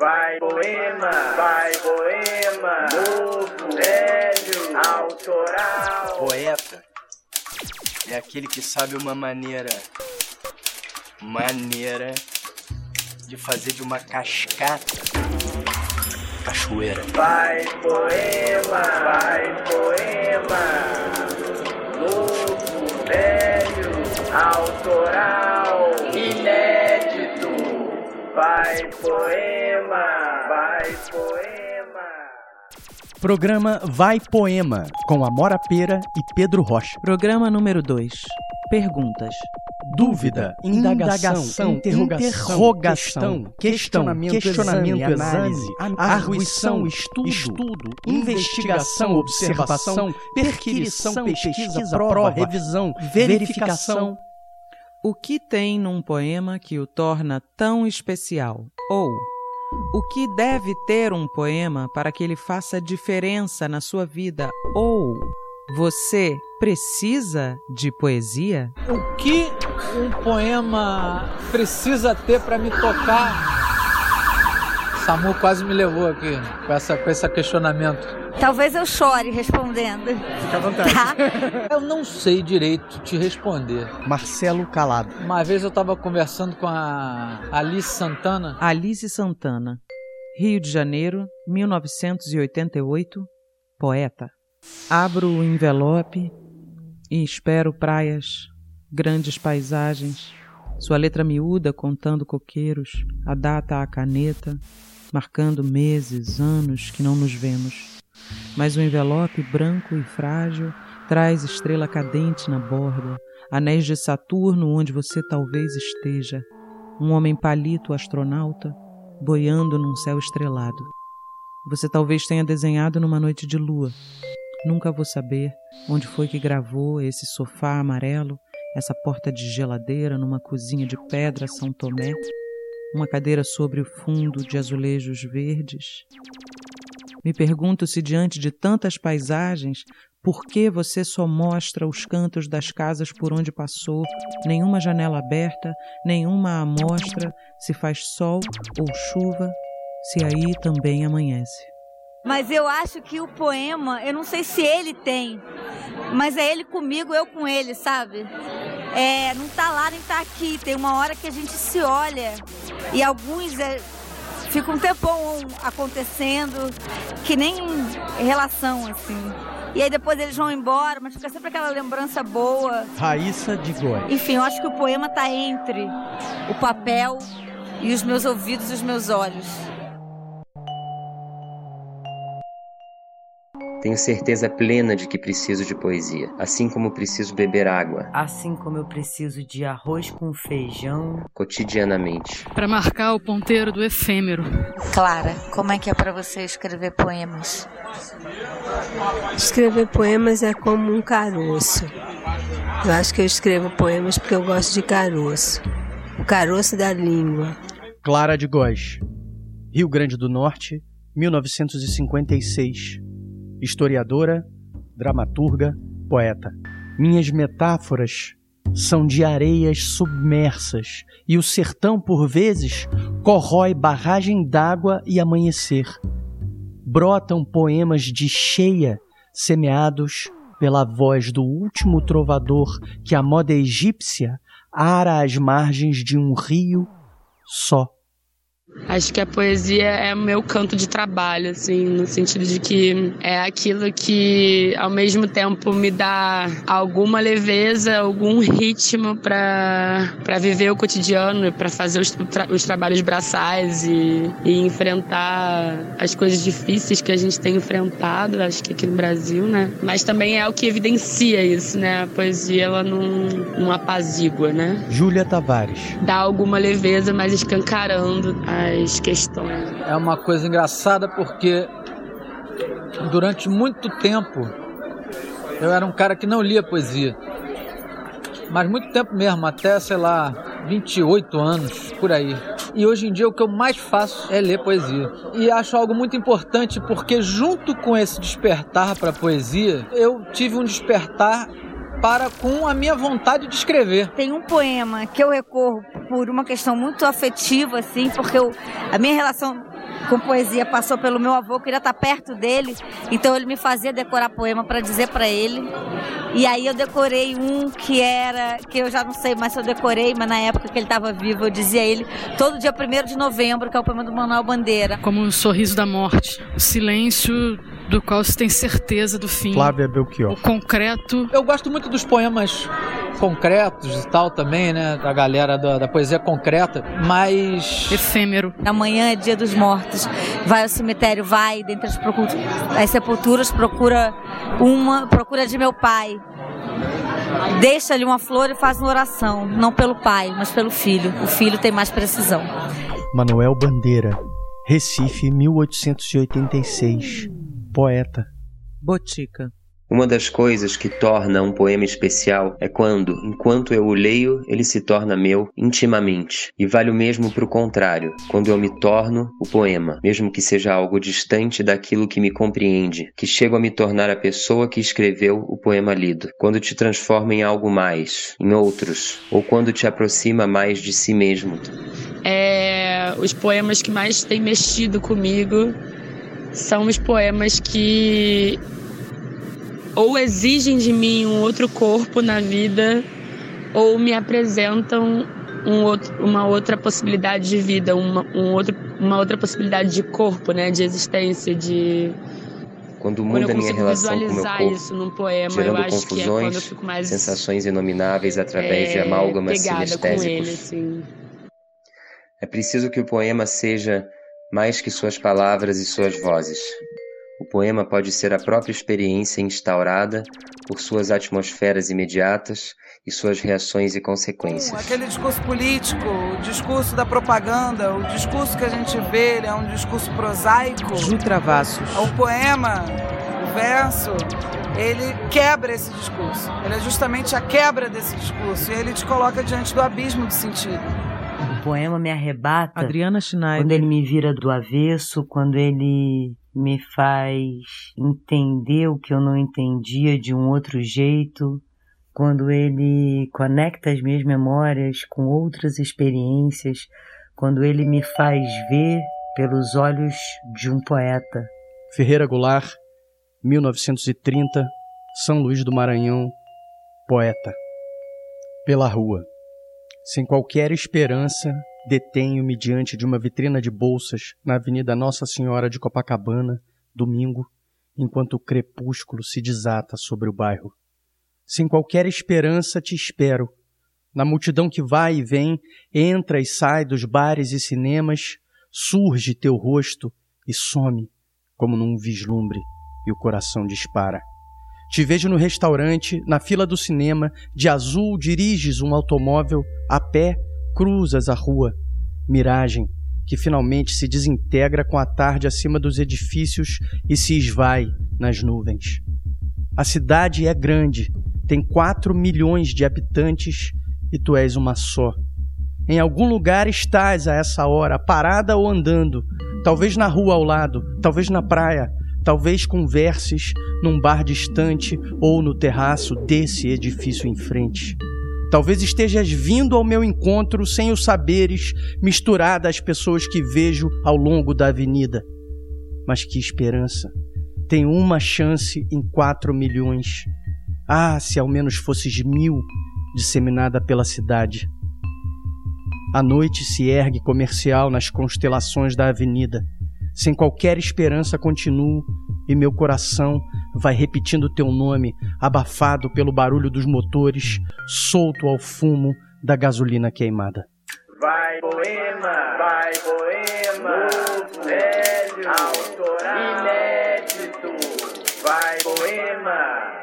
Vai poema, novo, velho, autoral. Poeta é aquele que sabe uma maneira de fazer de uma cascata cachoeira. Vai poema, novo, velho, autoral, inédito. Vai poema. Programa Vai Poema, com Amora Pera e Pedro Rocha. Programa número 2. Perguntas. Dúvida, indagação, interrogação, questionamento, exame, arguição, estudo, investigação, observação, perquisição, pesquisa, prova, revisão, verificação. O que tem num poema que o torna tão especial? Ou o que deve ter um poema para que ele faça diferença na sua vida? Ou você precisa de poesia? O que um poema precisa ter para me tocar? Samu quase me levou aqui com esse questionamento. Talvez eu chore respondendo. Fica à vontade. Tá? Eu não sei direito te responder. Marcelo Calado. Uma vez eu estava conversando com a Alice Santana. Alice Santana, Rio de Janeiro, 1988, poeta. Abro o envelope e espero praias, grandes paisagens, sua letra miúda contando coqueiros, a data à caneta, marcando meses, anos que não nos vemos. Mas o envelope branco e frágil traz estrela cadente na borda, anéis de Saturno onde você talvez esteja, um homem palito astronauta boiando num céu estrelado. Você talvez tenha desenhado numa noite de lua. Nunca vou saber onde foi que gravou esse sofá amarelo, essa porta de geladeira numa cozinha de pedra São Tomé, uma cadeira sobre o fundo de azulejos verdes. Me pergunto se diante de tantas paisagens, por que você só mostra os cantos das casas por onde passou, nenhuma janela aberta, nenhuma amostra, se faz sol ou chuva, se aí também amanhece. Mas eu acho que o poema, eu não sei se ele tem, mas é ele comigo, eu com ele, sabe? Não tá lá nem tá aqui, tem uma hora que a gente se olha e alguns ficam um tempão acontecendo, que nem relação, assim. E aí depois eles vão embora, mas fica sempre aquela lembrança boa. Raíssa de Góes. Enfim, eu acho que o poema tá entre o papel e os meus ouvidos e os meus olhos. Tenho certeza plena de que preciso de poesia, assim como preciso beber água. Assim como eu preciso de arroz com feijão. Cotidianamente. Para marcar o ponteiro do efêmero. Clara, como é que é para você escrever poemas? Escrever poemas é como um caroço. Eu acho que eu escrevo poemas porque eu gosto de caroço. O caroço da língua. Clara de Góes, Rio Grande do Norte, 1956. Historiadora, dramaturga, poeta. Minhas metáforas são de areias submersas e o sertão, por vezes, corrói barragem d'água e amanhecer. Brotam poemas de cheia, semeados pela voz do último trovador que a moda egípcia ara às margens de um rio só. Acho que a poesia é o meu canto de trabalho, assim, no sentido de que é aquilo que, ao mesmo tempo, me dá alguma leveza, algum ritmo para viver o cotidiano, para fazer os trabalhos braçais e enfrentar as coisas difíceis que a gente tem enfrentado, acho que aqui no Brasil, né? Mas também é o que evidencia isso, né? A poesia, ela não apazigua, né? Júlia Tavares. Dá alguma leveza, mas escancarando as questões. É uma coisa engraçada porque durante muito tempo eu era um cara que não lia poesia. Mas muito tempo mesmo, até, 28 anos, por aí. E hoje em dia o que eu mais faço é ler poesia. E acho algo muito importante porque junto com esse despertar para a poesia, eu tive um despertar com a minha vontade de escrever. Tem um poema que eu recorro por uma questão muito afetiva, assim, porque a minha relação com poesia passou pelo meu avô, eu queria estar perto dele, então ele me fazia decorar poema para dizer para ele. E aí eu decorei um que eu já não sei mais se eu decorei, mas na época que ele estava vivo eu dizia a ele todo dia 1º de novembro, que é o poema do Manuel Bandeira. Como o sorriso da morte, o silêncio do qual se tem certeza do fim. Flávia Belchior. O concreto. Eu gosto muito dos poemas concretos e tal também, né? Da galera da poesia concreta, mas... efêmero. Amanhã é dia dos mortos. Vai ao cemitério, vai, dentre as sepulturas, procura de meu pai. Deixa-lhe uma flor e faz uma oração, não pelo pai, mas pelo filho. O filho tem mais precisão. Manuel Bandeira, Recife, 1886. Poeta. Botica. Uma das coisas que torna um poema especial é quando, enquanto eu o leio, ele se torna meu intimamente. E vale o mesmo para o contrário, quando eu me torno o poema, mesmo que seja algo distante daquilo que me compreende, que chego a me tornar a pessoa que escreveu o poema lido. Quando te transforma em algo mais, em outros, ou quando te aproxima mais de si mesmo. Os poemas que mais têm mexido comigo são os poemas que ou exigem de mim um outro corpo na vida, ou me apresentam uma outra possibilidade de vida, uma outra possibilidade de corpo, né, de existência, de... Quando muda a minha relação com o meu corpo, isso num poema, gerando eu acho confusões, que é quando eu fico mais, sensações inomináveis através de amálgamas sinestésicos. Com ele, assim. É preciso que o poema seja mais que suas palavras e suas vozes. O poema pode ser a própria experiência instaurada por suas atmosferas imediatas e suas reações e consequências. Aquele discurso político, o discurso da propaganda, o discurso que a gente vê, ele é um discurso prosaico. Ju Travassos. O poema, o verso, ele quebra esse discurso. Ele é justamente a quebra desse discurso e ele te coloca diante do abismo do sentido. O poema me arrebata Adriana Schneider. quando ele me vira do avesso, quando ele me faz entender o que eu não entendia de um outro jeito, quando ele conecta as minhas memórias com outras experiências, quando ele me faz ver pelos olhos de um poeta. Ferreira Goulart, 1930, São Luís do Maranhão, poeta. Pela rua. Sem qualquer esperança, detenho-me diante de uma vitrina de bolsas na Avenida Nossa Senhora de Copacabana, domingo, enquanto o crepúsculo se desata sobre o bairro. Sem qualquer esperança te espero. Na multidão que vai e vem, entra e sai dos bares e cinemas, surge teu rosto e some, como num vislumbre, e o coração dispara. Te vejo no restaurante, na fila do cinema, de azul diriges um automóvel, a pé cruzas a rua. Miragem que finalmente se desintegra com a tarde acima dos edifícios e se esvai nas nuvens. A cidade é grande, tem 4 milhões de habitantes e tu és uma só. Em algum lugar estás a essa hora, parada ou andando, talvez na rua ao lado, talvez na praia, talvez converses num bar distante ou no terraço desse edifício em frente. Talvez estejas vindo ao meu encontro sem o saberes, misturada às pessoas que vejo ao longo da avenida. Mas que esperança! Tenho uma chance em 4 milhões. Ah, se ao menos fosses 1000, disseminada pela cidade. A noite se ergue comercial nas constelações da avenida. Sem qualquer esperança continuo e meu coração vai repetindo teu nome, abafado pelo barulho dos motores, solto ao fumo da gasolina queimada. Vai poema, novo, velho, autoral, inédito. Vai poema.